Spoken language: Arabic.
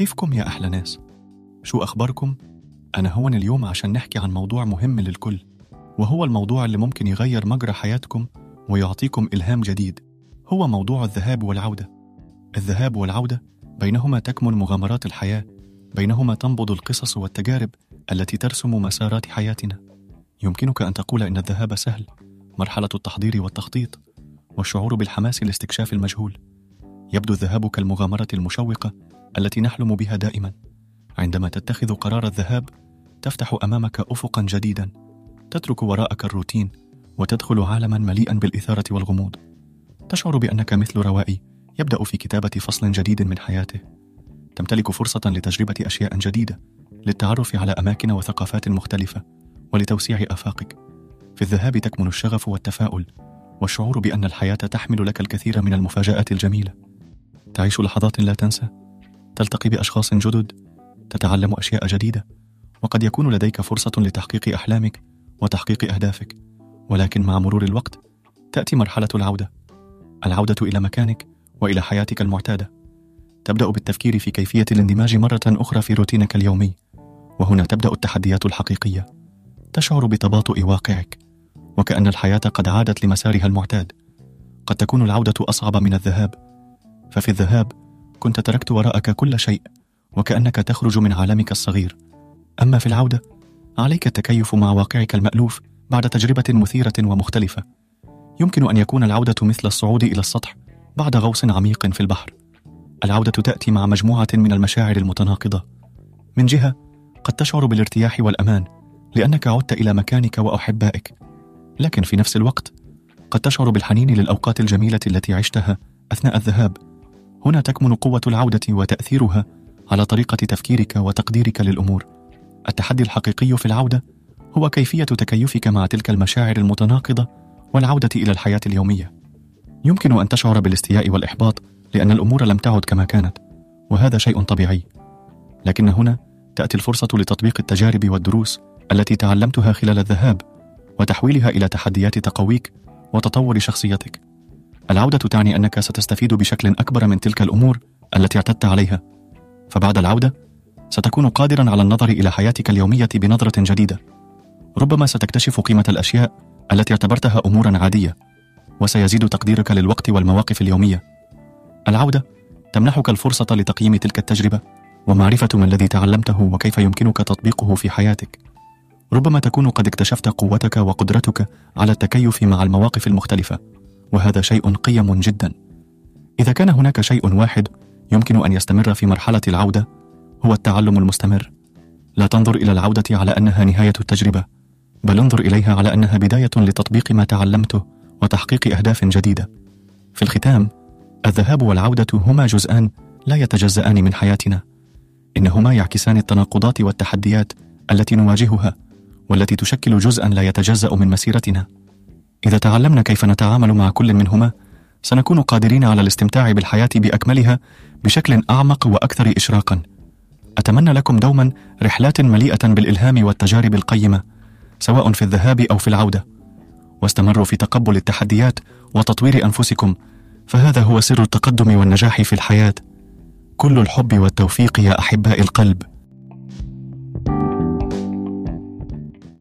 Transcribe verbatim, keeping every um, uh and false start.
كيفكم يا أحلى ناس؟ شو أخباركم؟ أنا هون اليوم عشان نحكي عن موضوع مهم للكل، وهو الموضوع اللي ممكن يغير مجرى حياتكم ويعطيكم إلهام جديد. هو موضوع الذهاب والعودة. الذهاب والعودة بينهما تكمن مغامرات الحياة، بينهما تنبض القصص والتجارب التي ترسم مسارات حياتنا. يمكنك أن تقول إن الذهاب سهل، مرحلة التحضير والتخطيط والشعور بالحماس لاستكشاف المجهول. يبدو الذهاب كالمغامرة المشوقة التي نحلم بها دائما. عندما تتخذ قرار الذهاب تفتح أمامك أفقا جديدا، تترك وراءك الروتين وتدخل عالما مليئا بالإثارة والغموض. تشعر بأنك مثل روائي يبدأ في كتابة فصل جديد من حياته. تمتلك فرصة لتجربة أشياء جديدة، للتعرف على أماكن وثقافات مختلفة، ولتوسيع آفاقك. في الذهاب تكمن الشغف والتفاؤل، والشعور بأن الحياة تحمل لك الكثير من المفاجآت الجميلة. تعيش لحظات لا تنسى، تلتقي بأشخاص جدد، تتعلم أشياء جديدة، وقد يكون لديك فرصة لتحقيق أحلامك وتحقيق أهدافك. ولكن مع مرور الوقت تأتي مرحلة العودة، العودة إلى مكانك وإلى حياتك المعتادة. تبدأ بالتفكير في كيفية الاندماج مرة أخرى في روتينك اليومي، وهنا تبدأ التحديات الحقيقية. تشعر بتباطؤ واقعك، وكأن الحياة قد عادت لمسارها المعتاد. قد تكون العودة أصعب من الذهاب، ففي الذهاب كنت تركت وراءك كل شيء، وكأنك تخرج من عالمك الصغير. أما في العودة عليك التكيف مع واقعك المألوف بعد تجربة مثيرة ومختلفة. يمكن أن يكون العودة مثل الصعود إلى السطح بعد غوص عميق في البحر. العودة تأتي مع مجموعة من المشاعر المتناقضة. من جهة قد تشعر بالارتياح والأمان لأنك عدت إلى مكانك وأحبائك، لكن في نفس الوقت قد تشعر بالحنين للأوقات الجميلة التي عشتها أثناء الذهاب. هنا تكمن قوة العودة وتأثيرها على طريقة تفكيرك وتقديرك للأمور. التحدي الحقيقي في العودة هو كيفية تكيفك مع تلك المشاعر المتناقضة والعودة إلى الحياة اليومية. يمكن أن تشعر بالاستياء والإحباط لأن الأمور لم تعد كما كانت، وهذا شيء طبيعي. لكن هنا تأتي الفرصة لتطبيق التجارب والدروس التي تعلمتها خلال الذهاب وتحويلها إلى تحديات تقويك وتطور شخصيتك. العودة تعني أنك ستستفيد بشكل أكبر من تلك الأمور التي اعتدت عليها، فبعد العودة ستكون قادرا على النظر إلى حياتك اليومية بنظرة جديدة. ربما ستكتشف قيمة الأشياء التي اعتبرتها أمورا عادية، وسيزيد تقديرك للوقت والمواقف اليومية. العودة تمنحك الفرصة لتقييم تلك التجربة ومعرفة ما الذي تعلمته وكيف يمكنك تطبيقه في حياتك. ربما تكون قد اكتشفت قوتك وقدرتك على التكيف مع المواقف المختلفة، وهذا شيء قيم جدا. إذا كان هناك شيء واحد يمكن أن يستمر في مرحلة العودة هو التعلم المستمر. لا تنظر إلى العودة على أنها نهاية التجربة، بل انظر إليها على أنها بداية لتطبيق ما تعلمته وتحقيق أهداف جديدة. في الختام، الذهاب والعودة هما جزءان لا يتجزأان من حياتنا. إنهما يعكسان التناقضات والتحديات التي نواجهها، والتي تشكل جزءا لا يتجزأ من مسيرتنا. إذا تعلمنا كيف نتعامل مع كل منهما، سنكون قادرين على الاستمتاع بالحياة بأكملها بشكل أعمق وأكثر إشراقا. أتمنى لكم دوما رحلات مليئة بالإلهام والتجارب القيمة، سواء في الذهاب أو في العودة. واستمروا في تقبل التحديات وتطوير أنفسكم، فهذا هو سر التقدم والنجاح في الحياة. كل الحب والتوفيق يا أحباء القلب.